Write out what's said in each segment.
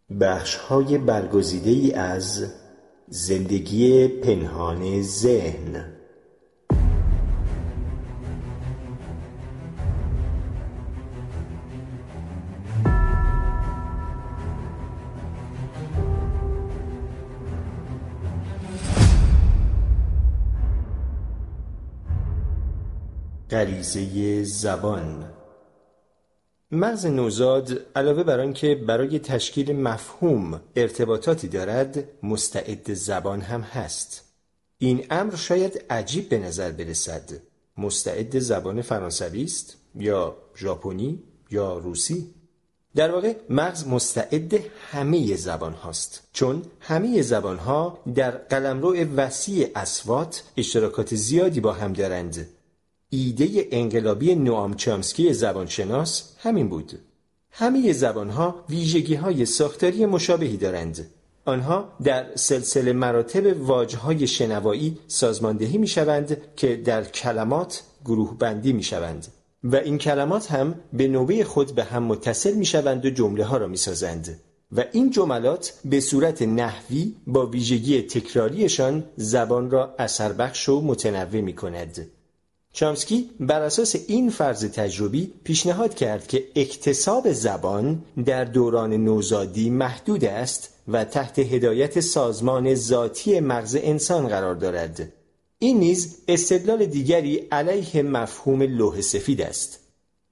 بخش‌های برگزیده‌ای از زندگی پنهان ذهن. غریزه زبان. مغز نوزاد علاوه بر آن که برای تشکیل مفهوم ارتباطاتی دارد، مستعد زبان هم هست. این امر شاید عجیب به نظر برسد. مستعد زبان فرانسوی است یا ژاپنی یا روسی؟ در واقع مغز مستعد همه زبان هاست، چون همه زبان ها در قلمرو وسیع اصوات اشتراکات زیادی با هم دارند. ایده انقلابی نوام چامسکی زبانشناس همین بود. همه زبانها ویژگی‌های ساختاری مشابهی دارند. آنها در سلسله مراتب واژه‌های شنوایی سازماندهی می‌شوند که در کلمات گروه بندی می‌شوند و این کلمات هم به نوبه خود به هم متصل می‌شوند و جمله‌ها را می‌سازند و این جملات به صورت نحوی با ویژگی تکراریشان زبان را اثربخش و متنوع می‌کند. چامسکی بر اساس این فرض تجربی پیشنهاد کرد که اکتساب زبان در دوران نوزادی محدود است و تحت هدایت سازمان ذاتی مغز انسان قرار دارد. این نیز استدلال دیگری علیه مفهوم لوح سفید است.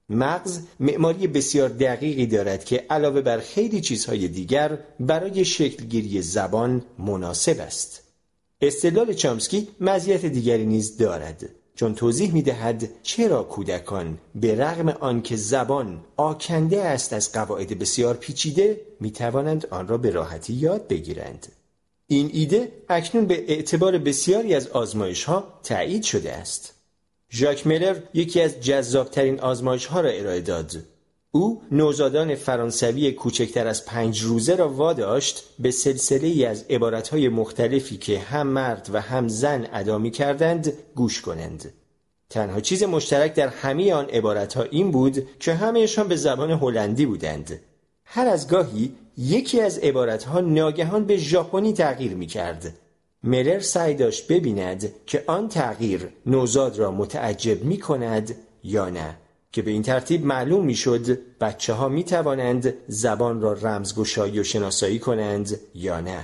مغز معماری بسیار دقیقی دارد که علاوه بر خیلی چیزهای دیگر برای شکلگیری زبان مناسب است. استدلال چامسکی مزیت دیگری نیز دارد، چون توضیح می‌دهد چرا کودکان به رغم آنکه زبان آکنده است از قواعد بسیار پیچیده می‌توانند آن را به راحتی یاد بگیرند. این ایده اکنون به اعتبار بسیاری از آزمایش‌ها تایید شده است. ژاک ملر یکی از جذاب‌ترین آزمایش‌ها را ارائه داد. او نوزادان فرانسوی کوچکتر از 5 روزه را واداشت به سلسله‌ای از عبارت‌های مختلفی که هم مرد و هم زن ادا می‌کردند گوش کنند. تنها چیز مشترک در همه آن عبارت‌ها این بود که همه‌شان به زبان هلندی بودند. هر از گاهی یکی از عبارت‌ها ناگهان به ژاپنی تغییر می‌کرد. ملر سعی داشت ببیند که آن تغییر نوزاد را متعجب می‌کند یا نه، که به این ترتیب معلوم میشد بچه‌ها میتوانند زبان را رمزگشایی و شناسایی کنند یا نه.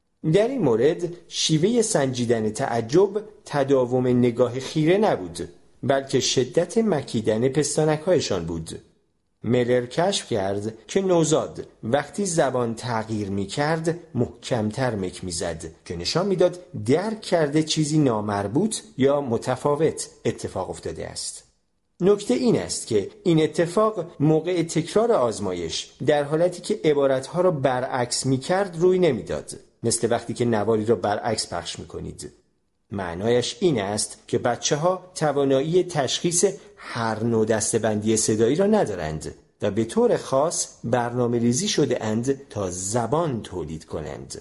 در این مورد شیوه سنجیدن تعجب تداوم نگاه خیره نبود، بلکه شدت مکیدن پستانک‌هایشان بود. ملر کشف کرد که نوزاد وقتی زبان تغییر میکرد محکمتر مک میزد که نشان میداد درک کرده چیزی نامربوط یا متفاوت اتفاق افتاده است. نکته این است که این اتفاق موقع تکرار آزمایش در حالتی که عبارتها را برعکس می‌کرد روی نمی‌داد، مثل وقتی که نواری را برعکس پخش می‌کنید. معنایش این است که بچه‌ها توانایی تشخیص هر نوع دسته‌بندی صدایی را ندارند و به طور خاص برنامه‌ریزی شده اند تا زبان تولید کنند.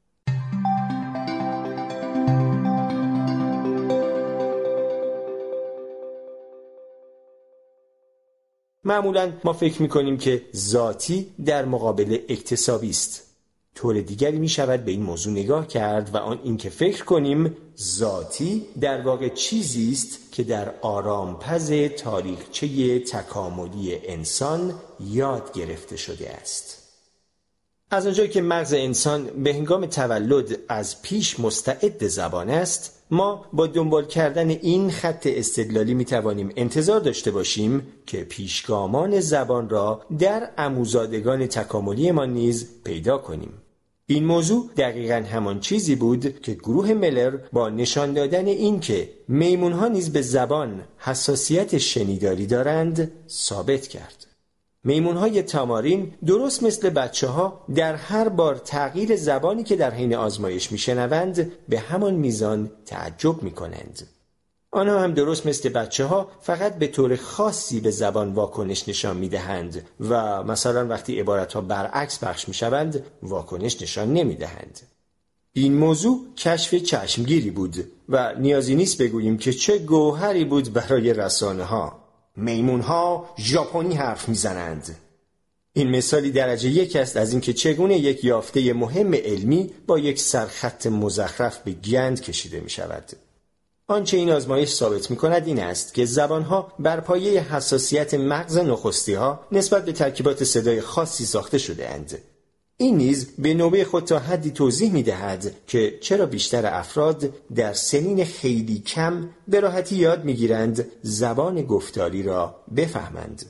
معمولاً ما فکر می‌کنیم که ذاتی در مقابل اکتسابی است. طور دیگری می‌شود به این موضوع نگاه کرد و آن این که فکر کنیم ذاتی در واقع چیزی است که در آرامپز تاریخچه تکاملی انسان یاد گرفته شده است. از آنجایی که مغز انسان به هنگام تولد از پیش مستعد زبان است، ما با دنبال کردن این خط استدلالی می توانیم انتظار داشته باشیم که پیشگامان زبان را در عموزادگان تکاملی ما نیز پیدا کنیم. این موضوع دقیقاً همان چیزی بود که گروه ملر با نشان دادن این که میمون‌ها نیز به زبان حساسیت شنیداری دارند ثابت کرد. میمون‌های تامارین درست مثل بچه‌ها در هر بار تغییر زبانی که در حین آزمایش میشنوند به همان میزان تعجب میکنند. آنها هم درست مثل بچه‌ها فقط به طور خاصی به زبان واکنش نشان میدهند و مثلا وقتی عبارت‌ها برعکس پخش میشوند واکنش نشان نمیدهند. این موضوع کشف چشمگیری بود و نیازی نیست بگوییم که چه گوهری بود برای رسانه‌ها. میمون‌ها ژاپنی حرف میزنند. این مثالی درجه 1 است از اینکه چگونه یک یافته مهم علمی با یک سرخط مزخرف به گند کشیده می شود. آنچه این آزمایش ثابت می کند این است که زبانها بر پایه حساسیت مغز نخستی ها نسبت به ترکیبات صدای خاصی ساخته شده اند. این نیز به نوبه خود تا حدی توضیح می دهد که چرا بیشتر افراد در سنین خیلی کم به راحتی یاد می گیرند زبان گفتاری را بفهمند.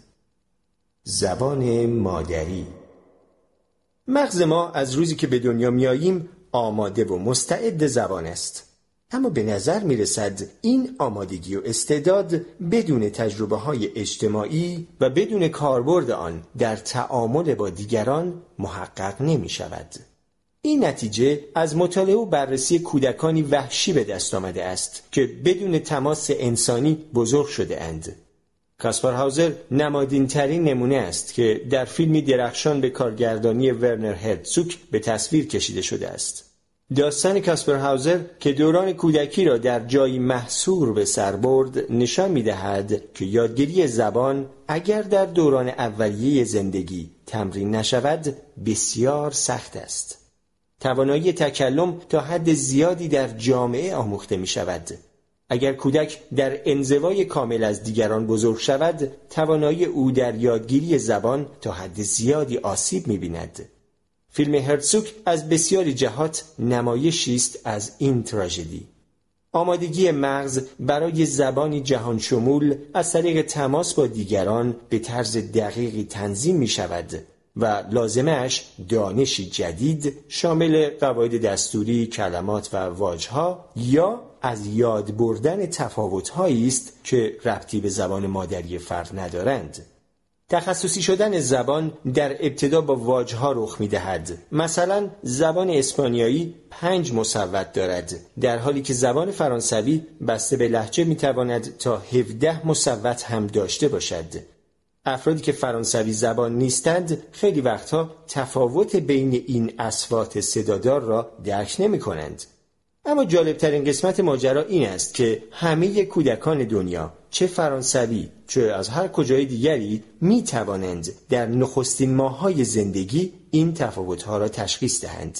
زبان مادری. مغز ما از روزی که به دنیا میاییم آماده و مستعد زبان است. اما به نظر می رسد این آمادگی و استعداد بدون تجربه های اجتماعی و بدون کاربرد آن در تعامل با دیگران محقق نمی شود. این نتیجه از مطالعه و بررسی کودکانی وحشی به دست آمده است که بدون تماس انسانی بزرگ شده اند. کاسپر هاوزر نمادین ترین نمونه است که در فیلمی درخشان به کارگردانی ورنر هرتزوگ به تصویر کشیده شده است. داستان کاسپر هاوزر که دوران کودکی را در جایی محصور به سر برد نشان می‌دهد که یادگیری زبان اگر در دوران اولیه زندگی تمرین نشود بسیار سخت است. توانایی تکلم تا حد زیادی در جامعه آموخته می‌شود. اگر کودک در انزوای کامل از دیگران بزرگ شود، توانایی او در یادگیری زبان تا حد زیادی آسیب می‌بیند. فیلم هرتزوگ از بسیاری جهات نمایشی است از این تراژدی. آمادگی مغز برای زبانی جهان شمول از طریق تماس با دیگران به طرز دقیقی تنظیم می شود و لازمش دانشی جدید شامل قواعد دستوری، کلمات و واژه‌ها یا از یاد بردن تفاوت‌هایی است که ربطی به زبان مادری فرد ندارند. تخصصی شدن زبان در ابتدا با واژه‌ها رخ می‌دهد. مثلا زبان اسپانیایی 5 مصوت دارد، در حالی که زبان فرانسوی بسته به لهجه می‌تواند تا 17 مصوت هم داشته باشد. افرادی که فرانسوی زبان نیستند خیلی وقتها تفاوت بین این اصوات صدادار را درک نمی‌کنند. اما جالبترین قسمت ماجرا این است که همه کودکان دنیا چه فرانسوی چه از هر کجای دیگری می توانند در نخستین ماه‌های زندگی این تفاوت‌ها را تشخیص دهند.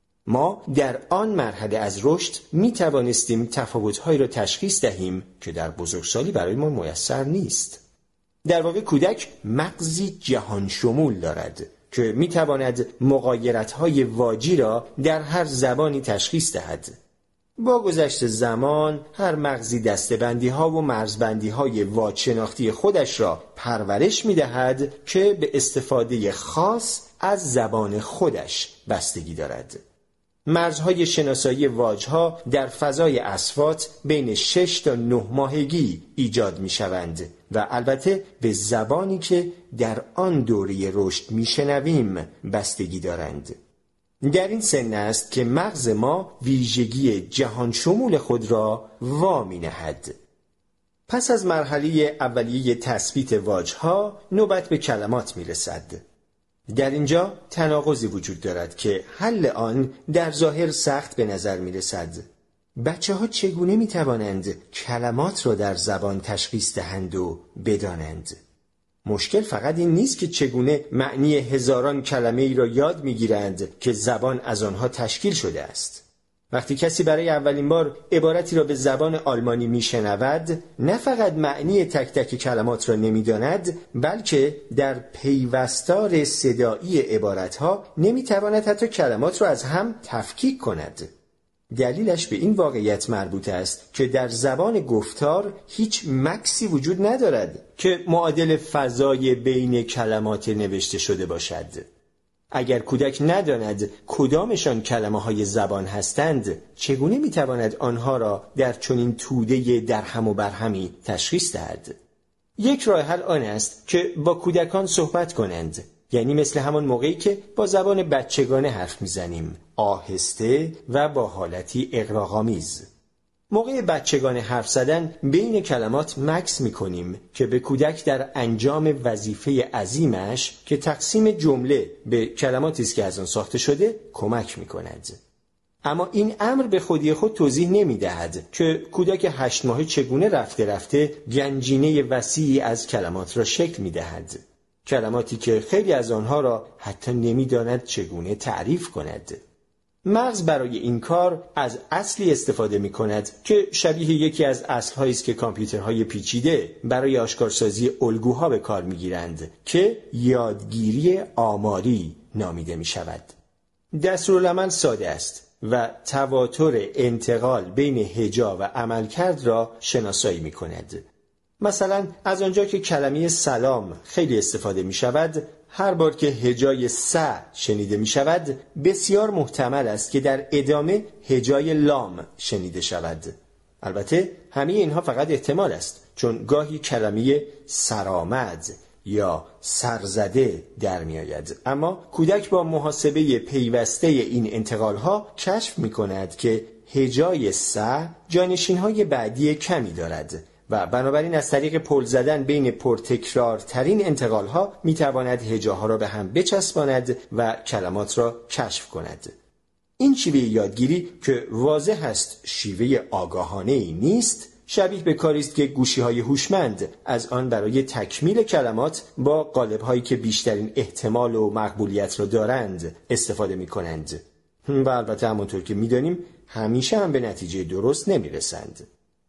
ما در آن مرحله از رشد می توانستیم تفاوت‌هایی را تشخیص دهیم که در بزرگسالی برای ما میسر نیست. در واقع کودک مغزی جهان شمول دارد که می تواند مغایرت‌های واجی را در هر زبانی تشخیص دهد. با گذشت زمان هر مغزی دسته‌بندی‌ها و مرزبندی‌های واج‌شناختی خودش را پرورش می‌دهد که به استفاده خاص از زبان خودش بستگی دارد. مرزهای شناسایی واژه‌ها در فضای اصوات بین 6 تا 9 ماهگی ایجاد می‌شوند و البته به زبانی که در آن دوره رشد می‌شنویم بستگی دارند. در این سن است که مغز ما ویژگی جهان شمول خود را وامی نهد. پس از مرحله اولیه تثبیت واژه‌ها نوبت به کلمات می‌رسد. در اینجا تناقضی وجود دارد که حل آن در ظاهر سخت به نظر می‌رسد. بچه‌ها چگونه می‌توانند کلمات را در زبان تشخیص دهند و بدانند؟ مشکل فقط این نیست که چگونه معنی هزاران کلمه ای را یاد می‌گیرند که زبان از آنها تشکیل شده است. وقتی کسی برای اولین بار عبارتی را به زبان آلمانی میشنود، نه فقط معنی تک تک کلمات را نمیداند، بلکه در پیوستار صدایی عبارتها نمیتواند حتی کلمات را از هم تفکیک کند. دلیلش به این واقعیت مربوط است که در زبان گفتار هیچ مکسی وجود ندارد که معادل فضای بین کلمات نوشته شده باشد. اگر کودک نداند کدامشان کلمه های زبان هستند، چگونه میتواند آنها را در چنین توده درهم و برهمی تشخیص دهد؟ یک راه حل آن است که با کودکان صحبت کنند، یعنی مثل همان موقعی که با زبان بچگانه حرف میزنیم، آهسته و با حالتی اغراق‌آمیز. موقع بچگانه حرف زدن بین کلمات مکث می‌کنیم که به کودک در انجام وظیفه عظیمش که تقسیم جمله به کلماتی است که از آن ساخته شده کمک می‌کند. اما این امر به خودی خود توضیح نمی‌دهد که کودک 8 ماهه چگونه رفته رفته گنجینه وسیعی از کلمات را شکل می‌دهد. کلماتی که خیلی از آنها را حتی نمی‌داند چگونه تعریف کند. مغز برای این کار از اصلی استفاده می‌کند که شبیه یکی از اصل‌هایی است که کامپیوترهای پیچیده برای آشکارسازی الگوها به کار می‌گیرند که یادگیری آماری نامیده می‌شود. دستورالعمل ساده است و تواتر انتقال بین هجا و عملکرد را شناسایی می‌کند. مثلا از آنجا که کلمه سلام خیلی استفاده می شود، هر بار که هجای س شنیده می شود بسیار محتمل است که در ادامه هجای لام شنیده شود. البته همه اینها فقط احتمال است، چون گاهی کلمه سرآمد یا سرزده در می آید. اما کودک با محاسبه پیوسته این انتقالها کشف می کند که هجای س جانشین‌های بعدی کمی دارد و بنابراین از طریق پل زدن بین پرتکرارترین انتقالها میتواند هجاها را به هم بچسباند و کلمات را کشف کند. این شیوه یادگیری که واضح است شیوه آگاهانه‌ای نیست، شبیه به کاری است که گوشی‌های هوشمند از آن برای تکمیل کلمات با قالب‌هایی که بیشترین احتمال و مقبولیت را دارند استفاده می‌کنند. و البته همونطور که می‌دانیم همیشه هم به نتیجه درست نمی‌رسند.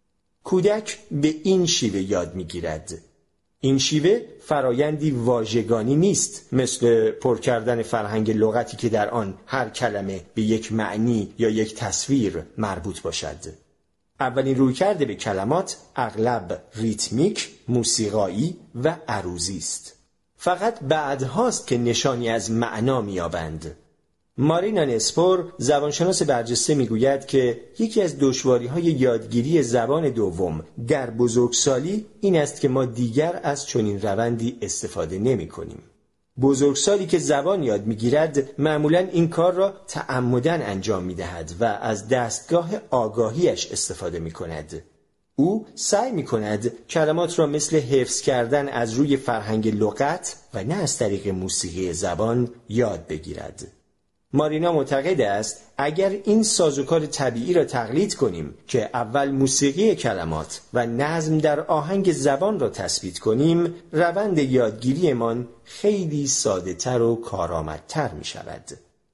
کودک به این شیوه یاد میگیرد. این شیوه فرایندی واژگانی نیست، مثل پر کردن فرهنگ لغتی که در آن هر کلمه به یک معنی یا یک تصویر مربوط باشد. اولین رویکرد به کلمات اغلب ریتمیک، موسیقایی و عروضی است. فقط بعدهاست که نشانی از معنا می‌یابند. مارینا نسپور زبانشناس برجسته میگوید که یکی از دشواری‌های یادگیری زبان دوم در بزرگسالی این است که ما دیگر از چنین روندی استفاده نمی‌کنیم. بزرگسالی که زبان یاد می‌گیرد معمولاً این کار را تعمداً انجام می‌دهد و از دستگاه آگاهیش استفاده می‌کند. او سعی می‌کند کلمات را مثل حفظ کردن از روی فرهنگ لغت و نه از طریق موسیقی زبان یاد بگیرد. مارینا معتقد است اگر این سازوکار طبیعی را تقلید کنیم که اول موسیقی کلمات و نظم در آهنگ زبان را تثبیت کنیم، روند یادگیریمان خیلی ساده تر و کارآمدتر می شود.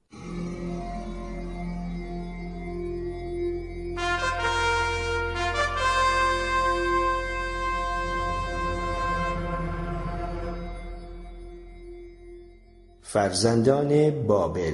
فرزندان بابل.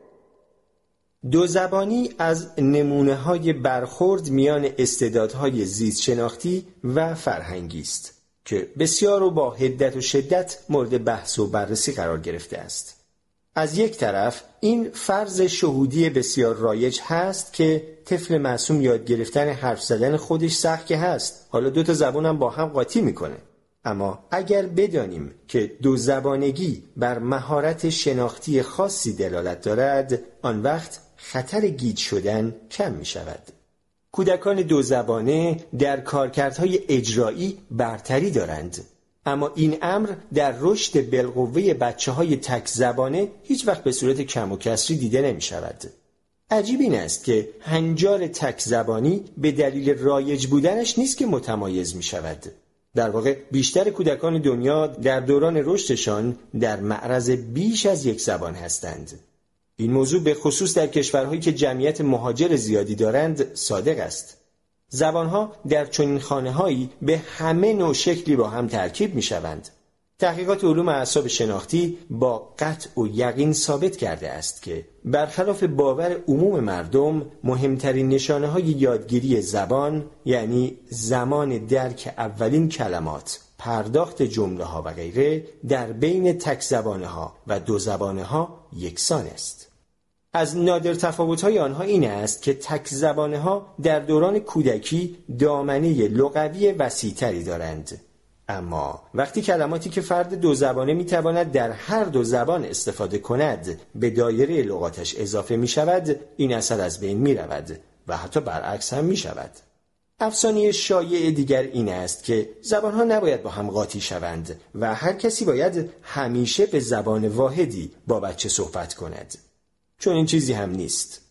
دو زبانی از نمونه‌های برخورد میان استعدادهای زیست شناختی و فرهنگی است که بسیار و با حدت و شدت مورد بحث و بررسی قرار گرفته است. از یک طرف این فرض شهودی بسیار رایج هست که طفل معصوم یاد گرفتن حرف زدن خودش سخت که هست، حالا دو تا زبانم با هم قاطی میکنه. اما اگر بدانیم که دو زبانگی بر مهارت شناختی خاصی دلالت دارد، آن وقت خطر گیج شدن کم می شود. کودکان دو زبانه در کارکردهای اجرایی برتری دارند، اما این امر در رشد بالقوه بچه‌های تک زبانه هیچ وقت به صورت کم و کسری دیده نمی شود. عجیب این است که هنجار تک زبانی به دلیل رایج بودنش نیست که متمایز می شود. در واقع بیشتر کودکان دنیا در دوران رشدشان در معرض بیش از یک زبان هستند. این موضوع به خصوص در کشورهایی که جمعیت مهاجر زیادی دارند صادق است. زبانها در چنین خانه‌هایی به همه نوع شکلی با هم ترکیب می‌شوند. تحقیقات علوم اعصاب شناختی با قطع و یقین ثابت کرده است که برخلاف باور عموم مردم، مهمترین نشانه‌های یادگیری زبان، یعنی زمان درک اولین کلمات، پرداخت جمله‌ها و غیره، در بین تک زبانه‌ها و دو زبانه‌ها یکسان است. از نادر تفاوت‌های آنها این است که تک زبانه‌ها در دوران کودکی دامنه لغوی وسیع‌تری دارند. اما وقتی کلماتی که فرد دو زبانه میتواند در هر دو زبان استفاده کند به دایره لغاتش اضافه می شود، این اثر از بین می رود و حتی برعکس هم می شود. افسانه شایع دیگر این است که زبانها نباید با هم قاطی شوند و هر کسی باید همیشه به زبان واحدی با بچه صحبت کند. چون این چیزی هم نیست.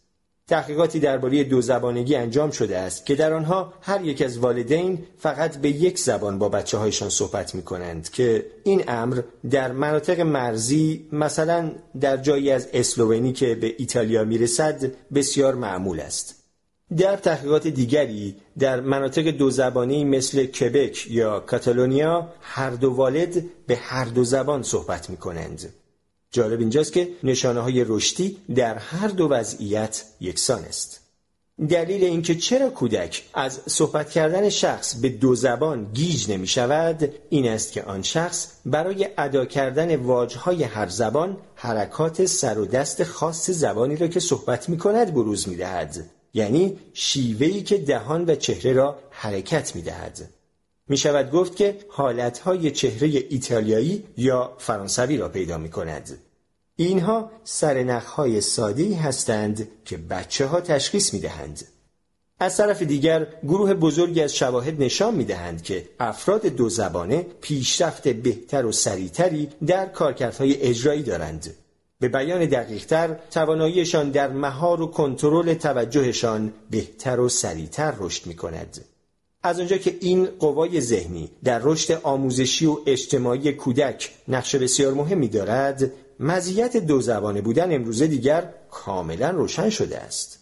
تحقیقاتی درباره دوزبانگی انجام شده است که در آنها هر یک از والدین فقط به یک زبان با بچه‌هایشان صحبت می‌کنند که این امر در مناطق مرزی، مثلا در جایی از اسلوونی که به ایتالیا میرسد، بسیار معمول است. در تحقیقات دیگری در مناطق دوزبانی مثل کبک یا کاتالونیا هر دو والد به هر دو زبان صحبت می‌کنند. جالب اینجاست که نشانه‌های رشدی در هر دو وضعیت یکسان است. دلیل اینکه چرا کودک از صحبت کردن شخص به دو زبان گیج نمی شود این است که آن شخص برای ادا کردن واژه‌های هر زبان حرکات سر و دست خاص زبانی را که صحبت می کند بروز می دهد، یعنی شیوهی که دهان و چهره را حرکت می دهد. می شود گفت که حالتهای چهره ایتالیایی یا فرانسوی را پیدا می کند. اینها سرنخهای ساده‌ای هستند که بچه‌ها تشخیص می‌دهند. از طرف دیگر گروه بزرگی از شواهد نشان می‌دهند که افراد دو زبانه پیشرفت بهتر و سریعتری در کارکردهای اجرایی دارند. به بیان دقیق‌تر تواناییشان در مهار و کنترل توجهشان بهتر و سریعتر رشد می‌کند. از آنجا که این قوای ذهنی در رشد آموزشی و اجتماعی کودک نقش بسیار مهمی دارد، مزیت دو زبانه بودن امروزه دیگر کاملا روشن شده است.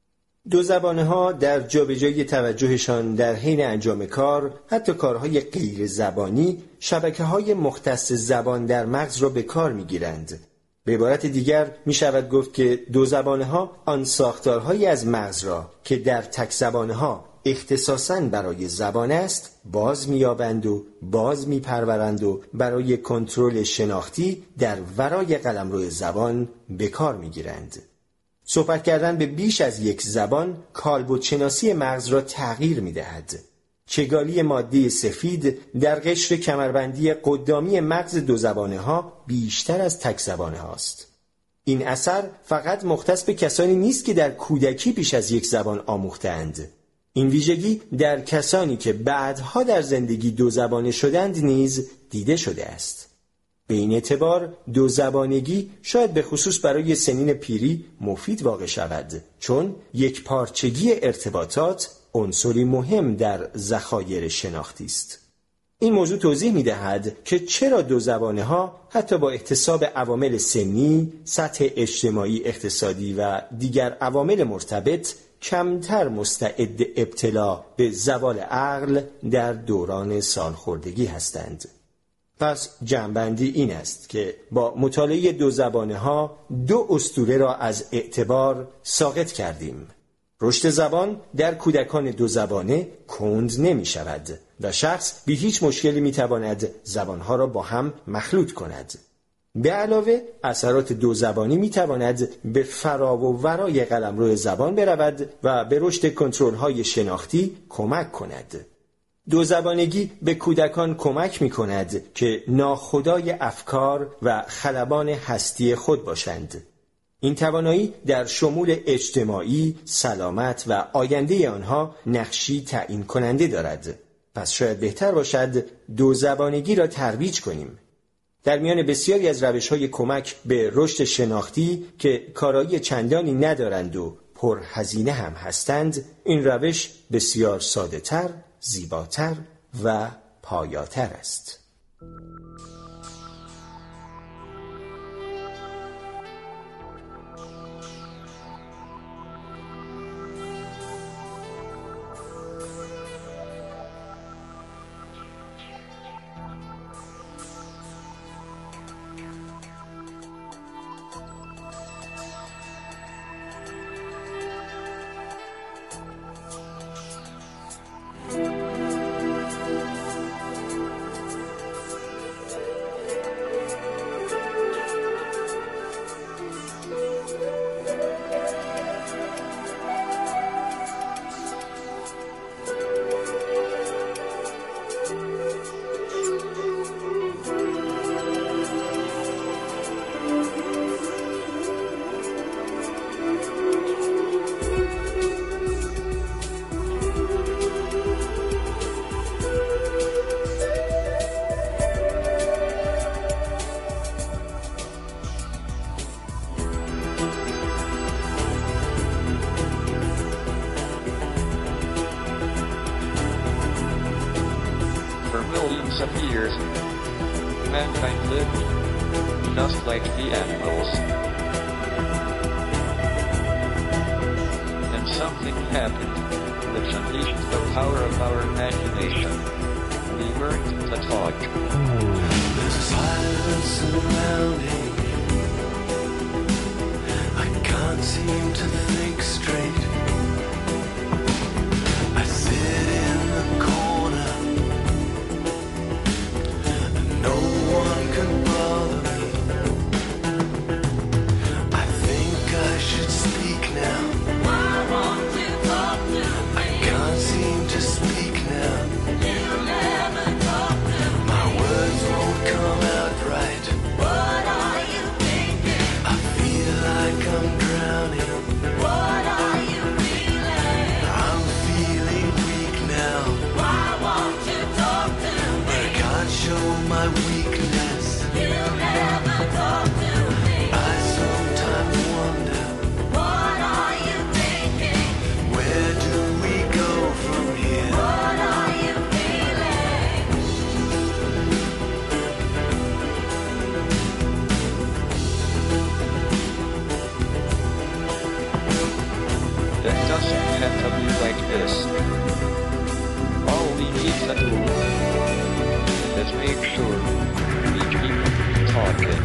دو زبانه ها در جابجایی توجهشان در حین انجام کار، حتی کارهای غیر زبانی، شبکه‌های مختص زبان در مغز را به کار می‌گیرند. به عبارت دیگر می شود گفت که دو زبانه ها آن ساختارهایی از مغز را که در تک زبانه ها اختصاصاً برای زبان است باز می‌یابند و باز می‌پرورند و برای کنترل شناختی در ورای قلمرو زبان به کار می‌گیرند. صحبت کردن به بیش از یک زبان کالبدشناسی مغز را تغییر می‌دهد. چگالی ماده سفید در قشر کمربندی قدامی مغز دو زبانه ها بیشتر از تک زبانه هاست. این اثر فقط مختص به کسانی نیست که در کودکی بیش از یک زبان آموختند. این ویژگی در کسانی که بعدها در زندگی دو زبانه شدند نیز دیده شده است. به این اعتبار دو زبانگی شاید به خصوص برای سنین پیری مفید واقع شود، چون یک پارچگی ارتباطات عنصری مهم در ذخایر شناختی است. این موضوع توضیح می‌دهد که چرا دو زبانه ها حتی با احتساب عوامل سنی، سطح اجتماعی، اقتصادی و دیگر عوامل مرتبط کمتر مستعد ابتلا به زوال عقل در دوران سالخوردگی هستند. پس جمع‌بندی این است که با مطالعه دو زبانه ها دو اسطوره را از اعتبار ساقط کردیم. رشد زبان در کودکان دو زبانه کند نمی شود و شخص بی هیچ مشکلی می تواند زبانها را با هم مخلوط کند. به علاوه اثرات دو زبانی می تواند به فرا و ورای قلمرو زبان برود و به رشد کنترل‌های شناختی کمک کند. دو زبانگی به کودکان کمک می کند که ناخودآگاه افکار و خلبان هستی خود باشند. این توانایی در شمول اجتماعی، سلامت و آینده آنها نقشی تعیین کننده دارد. پس شاید بهتر باشد دو زبانگی را ترویج کنیم. در میان بسیاری از روش‌های کمک به رشد شناختی که کارایی چندانی ندارند و پرهزینه هم هستند، این روش بسیار ساده‌تر، زیباتر و پایاتر است. millions of years, mankind lived just like the animals. Then something happened, which unleashed the power of our imagination. We learned to talk. There's a silence surrounding me. I can't seem to think straight. I sit in the corner and no one can bother me. I think I should speak now. Why won't you talk to me? I can't seem to speak now. You never talk to me. My words won't come out right. What are you thinking? I feel like I'm drowning. What are you feeling? I'm feeling weak now, Why won't you talk to but I me? can't show my weakness. You never talk to me. I sometimes wonder, What are you thinking? where do we go from here? What are you feeling? It doesn't have to be like this. All we need to do is make sure we keep talking.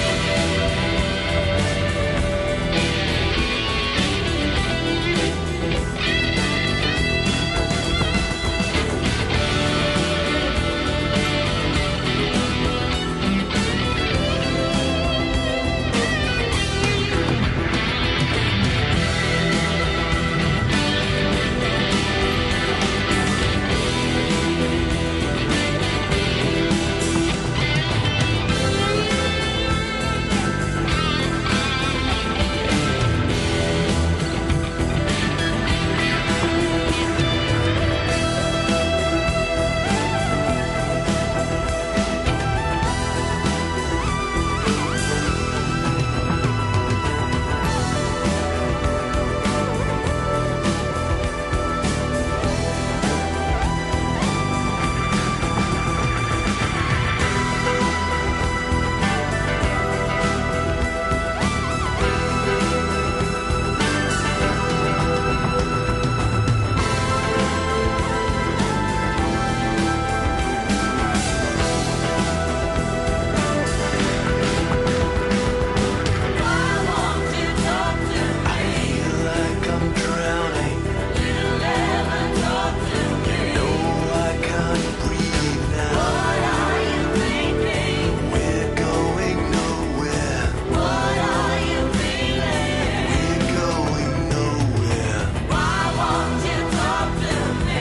Why won't you talk to I feel like I'm drowning. me? You never talk to me. No, I can't breathe now. What are you thinking? We're going nowhere. What are you feeling? We're going nowhere. Why won't you talk to me?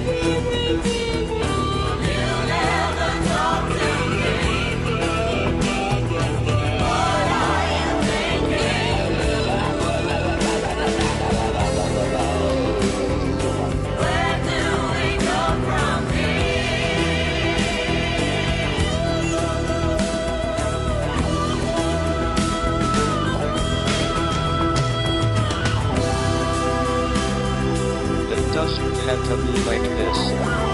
You never talk to me. What are you thinking? Where do we go from It doesn't have to be like this.